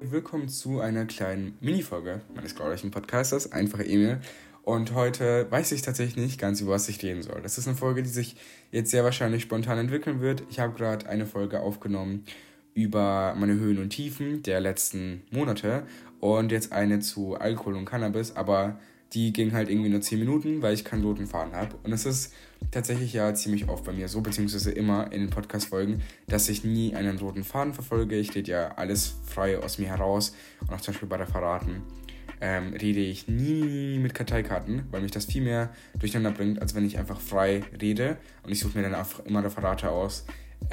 Willkommen zu einer kleinen Mini-Folge meines glorreichen Podcasters, einfach Emil. Und heute weiß ich tatsächlich nicht ganz, über was ich reden soll. Das ist eine Folge, die sich jetzt sehr wahrscheinlich spontan entwickeln wird. Ich habe gerade eine Folge aufgenommen über meine Höhen und Tiefen der letzten Monate und jetzt eine zu Alkohol und Cannabis, aber die ging halt irgendwie nur 10 Minuten, weil ich keinen roten Faden habe. Und es ist tatsächlich ja ziemlich oft bei mir so, beziehungsweise immer in den Podcast-Folgen, dass ich nie einen roten Faden verfolge. Ich rede ja alles frei aus mir heraus. Und auch zum Beispiel bei der Verraten rede ich nie mit Karteikarten, weil mich das viel mehr durcheinander bringt, als wenn ich einfach frei rede. Und ich suche mir dann einfach immer Referate aus,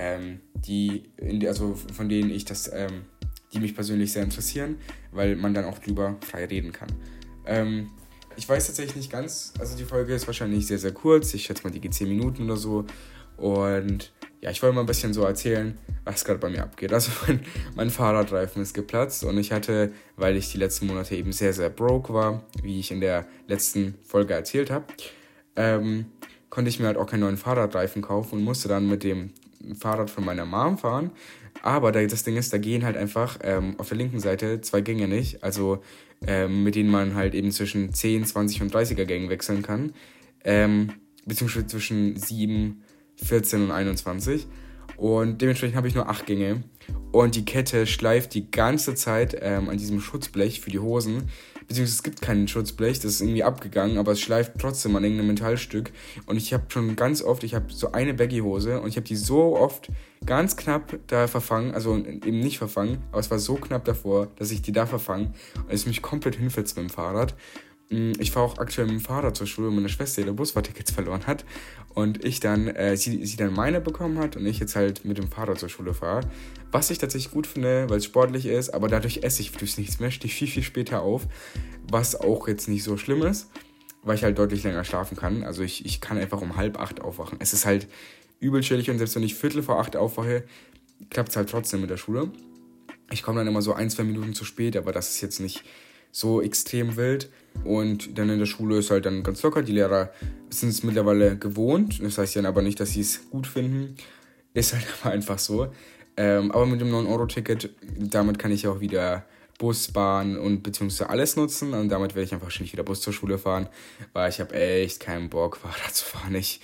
von denen ich die mich persönlich sehr interessieren, weil man dann auch drüber frei reden kann. Ich weiß tatsächlich nicht ganz, also die Folge ist wahrscheinlich sehr, sehr kurz. Ich schätze mal, die geht 10 Minuten oder so. Und ja, ich wollte mal ein bisschen so erzählen, was gerade bei mir abgeht. Also mein Fahrradreifen ist geplatzt und ich hatte, weil ich die letzten Monate eben sehr, sehr broke war, wie ich in der letzten Folge erzählt habe, konnte ich mir halt auch keinen neuen Fahrradreifen kaufen und musste dann mit dem Fahrrad von meiner Mom fahren. Aber das Ding ist, da gehen halt einfach auf der linken Seite 2 Gänge nicht, also mit denen man halt eben zwischen 10, 20 und 30er Gängen wechseln kann, beziehungsweise zwischen 7, 14 und 21. Und dementsprechend habe ich nur 8 Gänge. Und die Kette schleift die ganze Zeit an diesem Schutzblech für die Hosen. Beziehungsweise es gibt keinen Schutzblech, das ist irgendwie abgegangen, aber es schleift trotzdem an irgendeinem Metallstück. Und ich habe schon ganz oft, ich habe so eine Baggy-Hose und ich habe die so oft ganz knapp da verfangen, also eben nicht verfangen, aber es war so knapp davor, dass ich die da verfangen und es mich komplett hinfetzt mit dem Fahrrad. Ich fahre auch aktuell mit dem Fahrrad zur Schule, weil meine Schwester ihre Busfahrtickets verloren hat und ich dann, sie dann meine bekommen hat und ich jetzt halt mit dem Fahrrad zur Schule fahre. Was ich tatsächlich gut finde, weil es sportlich ist, aber dadurch esse ich durch nichts mehr, stehe ich viel, viel später auf, was auch jetzt nicht so schlimm ist, weil ich halt deutlich länger schlafen kann. Also ich kann einfach um 7:30 aufwachen. Es ist halt übel chillig und selbst wenn ich 7:45 aufwache, klappt es halt trotzdem mit der Schule. Ich komme dann immer so 1, 2 Minuten zu spät, aber das ist jetzt nicht so extrem wild. Und dann in der Schule ist halt dann ganz locker. Die Lehrer sind es mittlerweile gewohnt. Das heißt dann aber nicht, dass sie es gut finden. Ist halt aber einfach so. Aber mit dem 9-Euro-Ticket, damit kann ich auch wieder Bus, Bahn und beziehungsweise alles nutzen. Und damit werde ich einfach wahrscheinlich wieder Bus zur Schule fahren, weil ich habe echt keinen Bock, Fahrrad zu fahren. Ich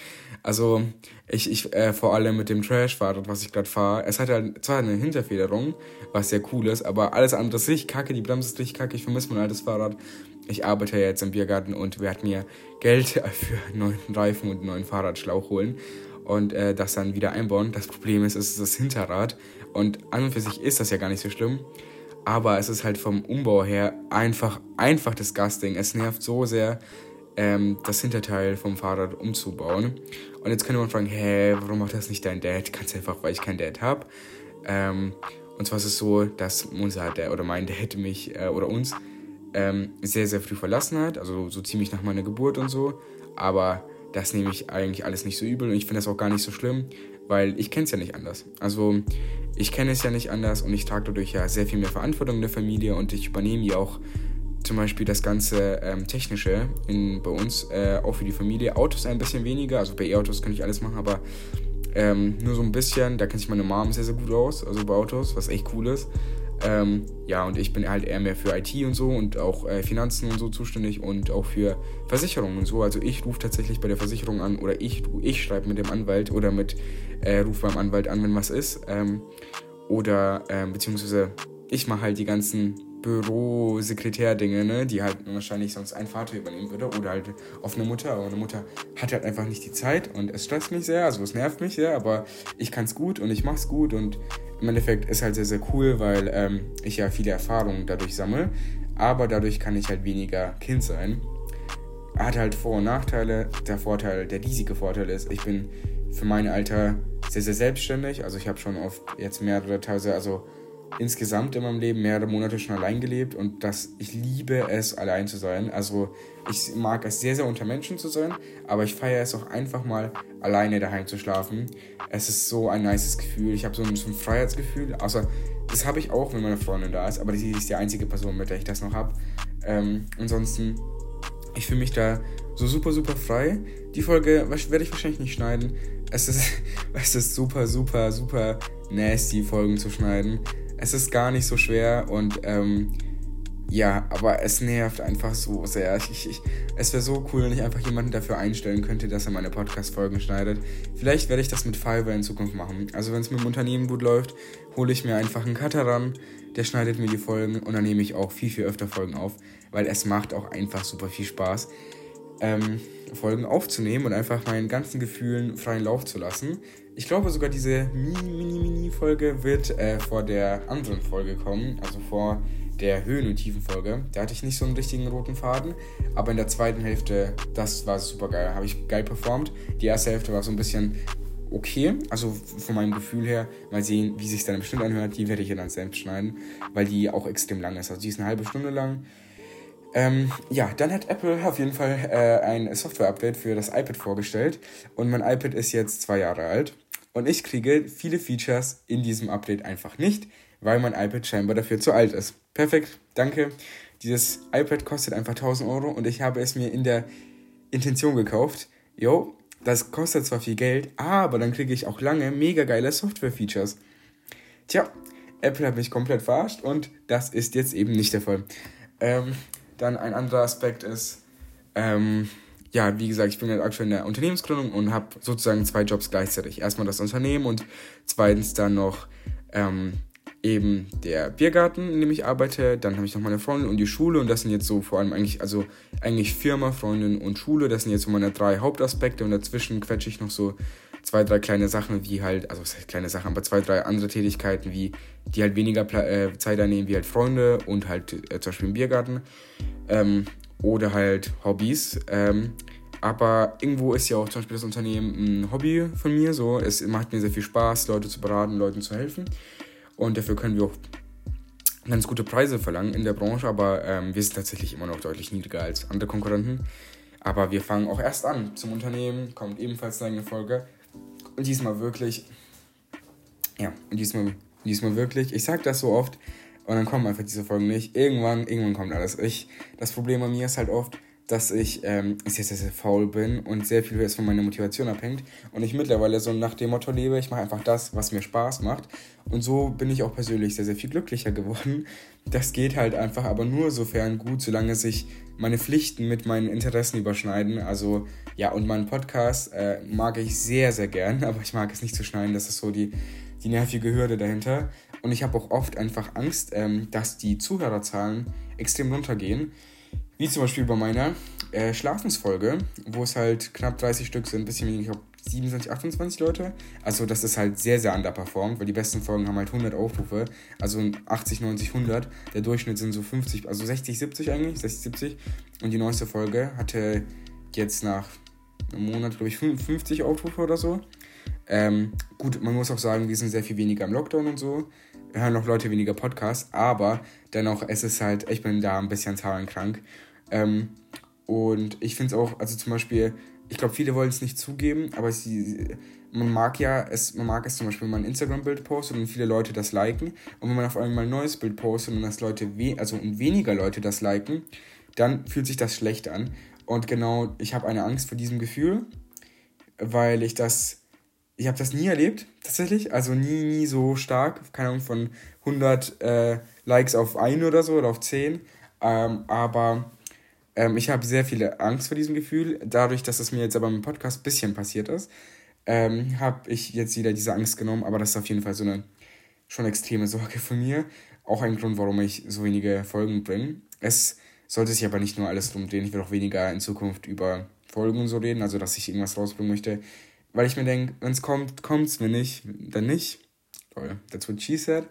vor allem mit dem Trash-Fahrrad, was ich gerade fahre, es hat halt zwar eine Hinterfederung, was sehr cool ist, aber alles andere ist richtig kacke, die Bremse ist richtig kacke, ich vermisse mein altes Fahrrad. Ich arbeite ja jetzt im Biergarten und werde mir Geld für einen neuen Reifen und einen neuen Fahrradschlauch holen und das dann wieder einbauen. Das Problem ist, es ist das Hinterrad und an und für sich ist das ja gar nicht so schlimm. Aber es ist halt vom Umbau her einfach disgusting. Es nervt so sehr, das Hinterteil vom Fahrrad umzubauen. Und jetzt könnte man fragen, warum macht das nicht dein Dad? Ganz einfach, weil ich keinen Dad habe. Und zwar ist es so, dass mein Dad mich oder uns sehr, sehr früh verlassen hat. Also so ziemlich nach meiner Geburt und so. Aber das nehme ich eigentlich alles nicht so übel. Und ich finde das auch gar nicht so schlimm, weil ich kenne es ja nicht anders. Also ich kenne es ja nicht anders und ich trage dadurch ja sehr viel mehr Verantwortung in der Familie und ich übernehme ja auch zum Beispiel das ganze Technische bei uns, auch für die Familie. Autos ein bisschen weniger, also bei E-Autos kann ich alles machen, aber nur so ein bisschen. Da kennt sich meine Mom sehr, sehr gut aus, also bei Autos, was echt cool ist. Und ich bin halt eher mehr für IT und so und auch Finanzen und so zuständig und auch für Versicherungen und so. Also ich rufe tatsächlich bei der Versicherung an oder ich schreibe mit dem Anwalt oder rufe beim Anwalt an, wenn was ist. Beziehungsweise ich mache halt die ganzen Büro-Sekretär-Dinge, ne, die halt wahrscheinlich sonst ein Vater übernehmen würde oder halt auf eine Mutter. Aber eine Mutter hat halt einfach nicht die Zeit und es stresst mich sehr, also es nervt mich sehr, aber ich kann es gut und ich mache es gut und im Endeffekt ist halt sehr, sehr cool, weil ich ja viele Erfahrungen dadurch sammle, aber dadurch kann ich halt weniger Kind sein. Hat halt Vor- und Nachteile. Der riesige Vorteil ist, ich bin für mein Alter sehr, sehr selbstständig. Also ich habe schon oft jetzt insgesamt in meinem Leben mehrere Monate schon allein gelebt und ich liebe es, allein zu sein. Also ich mag es sehr, sehr unter Menschen zu sein, aber ich feiere es auch einfach mal, alleine daheim zu schlafen. Es ist so ein nices Gefühl. Ich habe so ein Freiheitsgefühl. Außer, das habe ich auch, wenn meine Freundin da ist, aber sie ist die einzige Person, mit der ich das noch habe. Ansonsten, ich fühle mich da so super, super frei. Die Folge werde ich wahrscheinlich nicht schneiden. Es ist super, super, super nasty, Folgen zu schneiden. Es ist gar nicht so schwer und ja, aber es nervt einfach so sehr. Es wäre so cool, wenn ich einfach jemanden dafür einstellen könnte, dass er meine Podcast-Folgen schneidet. Vielleicht werde ich das mit Fiverr in Zukunft machen. Also wenn es mit dem Unternehmen gut läuft, hole ich mir einfach einen Cutter ran, der schneidet mir die Folgen und dann nehme ich auch viel, viel öfter Folgen auf, weil es macht auch einfach super viel Spaß, Folgen aufzunehmen und einfach meinen ganzen Gefühlen freien Lauf zu lassen. Ich glaube sogar, diese Mini-Folge wird vor der anderen Folge kommen, also vor der Höhen- und Tiefen-Folge. Da hatte ich nicht so einen richtigen roten Faden, aber in der zweiten Hälfte, das war super geil, habe ich geil performt. Die erste Hälfte war so ein bisschen okay, also von meinem Gefühl her, mal sehen, wie sich dann im Schnitt anhört, die werde ich ja dann selbst schneiden, weil die auch extrem lang ist, also die ist eine halbe Stunde lang. Ja, dann hat Apple auf jeden Fall ein Software-Update für das iPad vorgestellt und mein iPad ist jetzt 2 Jahre alt und ich kriege viele Features in diesem Update einfach nicht, weil mein iPad scheinbar dafür zu alt ist. Perfekt, danke. Dieses iPad kostet einfach 1.000 Euro und ich habe es mir in der Intention gekauft. Jo, das kostet zwar viel Geld, aber dann kriege ich auch lange mega geile Software-Features. Tja, Apple hat mich komplett verarscht und das ist jetzt eben nicht der Fall. Dann ein anderer Aspekt ist, ja, wie gesagt, ich bin jetzt aktuell in der Unternehmensgründung und habe sozusagen 2 Jobs gleichzeitig. Erstmal das Unternehmen und zweitens dann noch eben der Biergarten, in dem ich arbeite. Dann habe ich noch meine Freundin und die Schule und das sind jetzt so vor allem eigentlich Firma, Freundin und Schule. Das sind jetzt so meine 3 Hauptaspekte und dazwischen quetsche ich noch so 2, 3 kleine Sachen, wie halt, also was heißt kleine Sachen, aber 2, 3 andere Tätigkeiten, die halt weniger Zeit einnehmen, wie halt Freunde und halt zum Beispiel im Biergarten oder halt Hobbys. Aber irgendwo ist ja auch zum Beispiel das Unternehmen ein Hobby von mir. So. Es macht mir sehr viel Spaß, Leute zu beraten, Leuten zu helfen. Und dafür können wir auch ganz gute Preise verlangen in der Branche, aber wir sind tatsächlich immer noch deutlich niedriger als andere Konkurrenten. Aber wir fangen auch erst an. Zum Unternehmen kommt ebenfalls eine Folge. Und diesmal wirklich, ja, und diesmal wirklich, ich sag das so oft und dann kommen einfach diese Folgen nicht. Irgendwann kommt alles. Das Problem bei mir ist halt oft, dass ich sehr, sehr, sehr faul bin und sehr viel jetzt von meiner Motivation abhängt und ich mittlerweile so nach dem Motto lebe, ich mache einfach das, was mir Spaß macht und so bin ich auch persönlich sehr, sehr viel glücklicher geworden. Das geht halt einfach, aber nur sofern gut, solange sich meine Pflichten mit meinen Interessen überschneiden, also ja, und meinen Podcast mag ich sehr, sehr gern, aber ich mag es nicht zu schneiden, das ist so die nervige Hürde dahinter und ich habe auch oft einfach Angst, dass die Zuhörerzahlen extrem runtergehen. Wie zum Beispiel bei meiner Schlafensfolge, wo es halt knapp 30 Stück sind, ein bisschen weniger, ich glaube 27, 28 Leute. Also das ist halt sehr, sehr underperformed, weil die besten Folgen haben halt 100 Aufrufe, also 80, 90, 100. Der Durchschnitt sind so 50, also 60, 70 eigentlich, 60, 70. Und die neueste Folge hatte jetzt nach einem Monat, glaube ich, 50 Aufrufe oder so. Gut, man muss auch sagen, wir sind sehr viel weniger im Lockdown und so. Hören noch Leute weniger Podcasts, aber dennoch, es ist halt, ich bin da ein bisschen zahlenkrank. Und ich finde es auch, also zum Beispiel, ich glaube, viele wollen es nicht zugeben, aber man mag es zum Beispiel, wenn man ein Instagram-Bild postet und viele Leute das liken. Und wenn man auf einmal ein neues Bild postet und das und weniger Leute das liken, dann fühlt sich das schlecht an. Und genau, ich habe eine Angst vor diesem Gefühl, weil ich habe das nie erlebt, tatsächlich. Also nie so stark. Keine Ahnung, von 100 Likes auf 1 oder so oder auf 10. Aber ich habe sehr viel Angst vor diesem Gefühl. Dadurch, dass es mir jetzt aber im Podcast ein bisschen passiert ist, habe ich jetzt wieder diese Angst genommen. Aber das ist auf jeden Fall so eine schon extreme Sorge von mir. Auch ein Grund, warum ich so wenige Folgen bringe. Es sollte sich aber nicht nur alles drum drehen. Ich will auch weniger in Zukunft über Folgen und so reden. Also, dass ich irgendwas rausbringen möchte. Weil ich mir denke, wenn es kommt, kommt's, wenn nicht, dann nicht. Toll, that's what she said.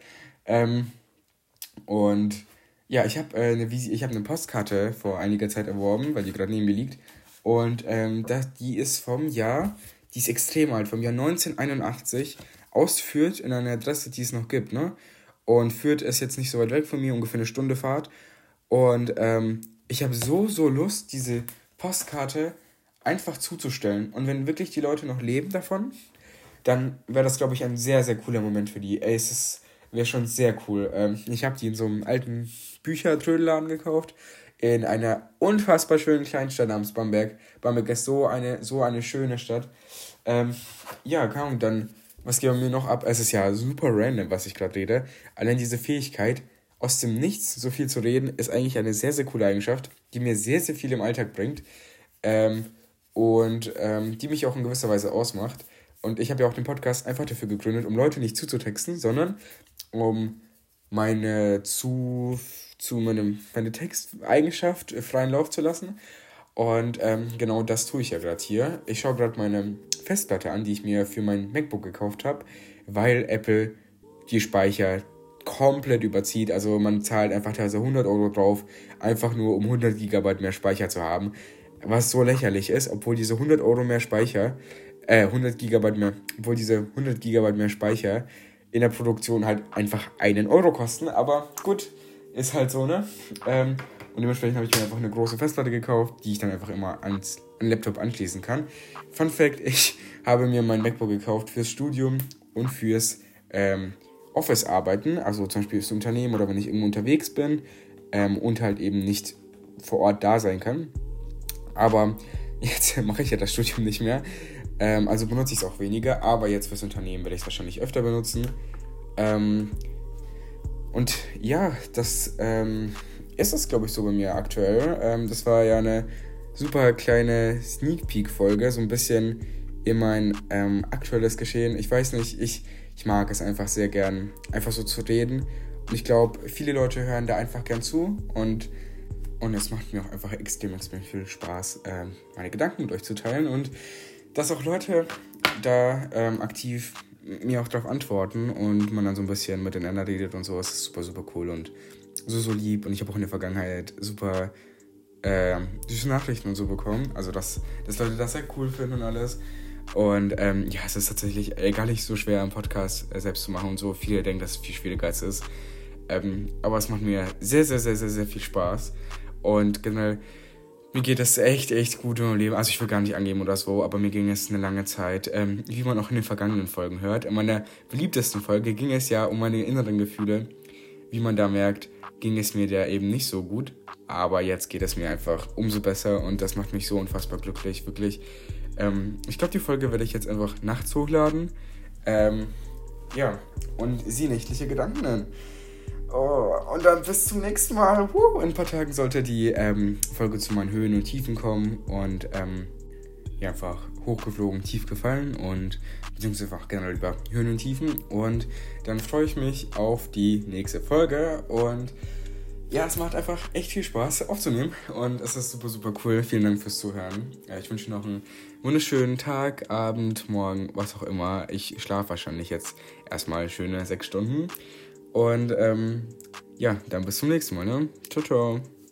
Und ja, ich habe eine Postkarte vor einiger Zeit erworben, weil die gerade neben mir liegt. Und die ist die ist extrem alt, vom Jahr 1981, aus Fürth in einer Adresse, die es noch gibt, ne? Und Fürth ist jetzt nicht so weit weg von mir, ungefähr eine Stunde Fahrt. Und ich habe so Lust, diese Postkarte einfach zuzustellen. Und wenn wirklich die Leute noch leben davon, dann wäre das, glaube ich, ein sehr, sehr cooler Moment für die. Ey, wäre schon sehr cool. Ich habe die in so einem alten Büchertrödelladen gekauft, in einer unfassbar schönen Kleinstadt namens Bamberg. Bamberg ist so eine schöne Stadt. Ja, keine Ahnung, dann was geht bei mir noch ab? Es ist ja super random, was ich gerade rede. Allein diese Fähigkeit, aus dem Nichts so viel zu reden, ist eigentlich eine sehr, sehr coole Eigenschaft, die mir sehr, sehr viel im Alltag bringt. Ähm, die mich auch in gewisser Weise ausmacht. Und ich habe ja auch den Podcast einfach dafür gegründet, um Leute nicht zuzutexten, sondern um meine Texteigenschaft freien Lauf zu lassen. Und genau das tue ich ja gerade hier. Ich schaue gerade meine Festplatte an, die ich mir für mein MacBook gekauft habe, weil Apple die Speicher komplett überzieht. Also man zahlt einfach teilweise 100 € drauf, einfach nur um 100 GB mehr Speicher zu haben. Was so lächerlich ist, obwohl diese 100 € mehr Speicher, 100 GB mehr, obwohl diese 100 GB mehr Speicher in der Produktion halt einfach 1 € kosten. Aber gut, ist halt so, ne? Und dementsprechend habe ich mir einfach eine große Festplatte gekauft, die ich dann einfach immer an den Laptop anschließen kann. Fun Fact, ich habe mir mein MacBook gekauft fürs Studium und fürs Office-Arbeiten, also zum Beispiel fürs Unternehmen oder wenn ich irgendwo unterwegs bin und halt eben nicht vor Ort da sein kann. Aber jetzt mache ich ja das Studium nicht mehr, also benutze ich es auch weniger, aber jetzt fürs Unternehmen werde ich es wahrscheinlich öfter benutzen. Und ja, das ist es, glaube ich, so bei mir aktuell. Das war ja eine super kleine Sneak Peek-Folge, so ein bisschen in mein aktuelles Geschehen. Ich weiß nicht, ich mag es einfach sehr gern, einfach so zu reden. Und ich glaube, viele Leute hören da einfach gern zu. Und es macht mir auch einfach extrem viel Spaß, meine Gedanken mit euch zu teilen. Und dass auch Leute da aktiv mir auch darauf antworten und man dann so ein bisschen miteinander redet und so, das ist super, super cool und so lieb. Und ich habe auch in der Vergangenheit super süße Nachrichten und so bekommen. Also, dass Leute das sehr cool finden und alles. Und ja, es ist tatsächlich gar nicht so schwer, einen Podcast selbst zu machen und so. Viele denken, dass es viel schwieriger als es ist. Aber es macht mir sehr, sehr, sehr, sehr, sehr viel Spaß. Und generell, mir geht es echt gut in meinem Leben. Also ich will gar nicht angeben oder so, aber mir ging es eine lange Zeit, wie man auch in den vergangenen Folgen hört. In meiner beliebtesten Folge ging es ja um meine inneren Gefühle. Wie man da merkt, ging es mir da eben nicht so gut. Aber jetzt geht es mir einfach umso besser und das macht mich so unfassbar glücklich, wirklich. Ich glaube, die Folge werde ich jetzt einfach nachts hochladen. Ja, und sie nächtliche Gedanken nennen. Oh, und dann bis zum nächsten Mal. In ein paar Tagen sollte die Folge zu meinen Höhen und Tiefen kommen und ja, einfach hochgeflogen, tief gefallen und beziehungsweise einfach generell über Höhen und Tiefen. Und dann freue ich mich auf die nächste Folge und ja, es macht einfach echt viel Spaß aufzunehmen und es ist super, super cool. Vielen Dank fürs Zuhören. Ich wünsche noch einen wunderschönen Tag, Abend, Morgen, was auch immer. Ich schlafe wahrscheinlich jetzt erstmal schöne 6 Stunden. Und ja, dann bis zum nächsten Mal, ne? Ciao, ciao.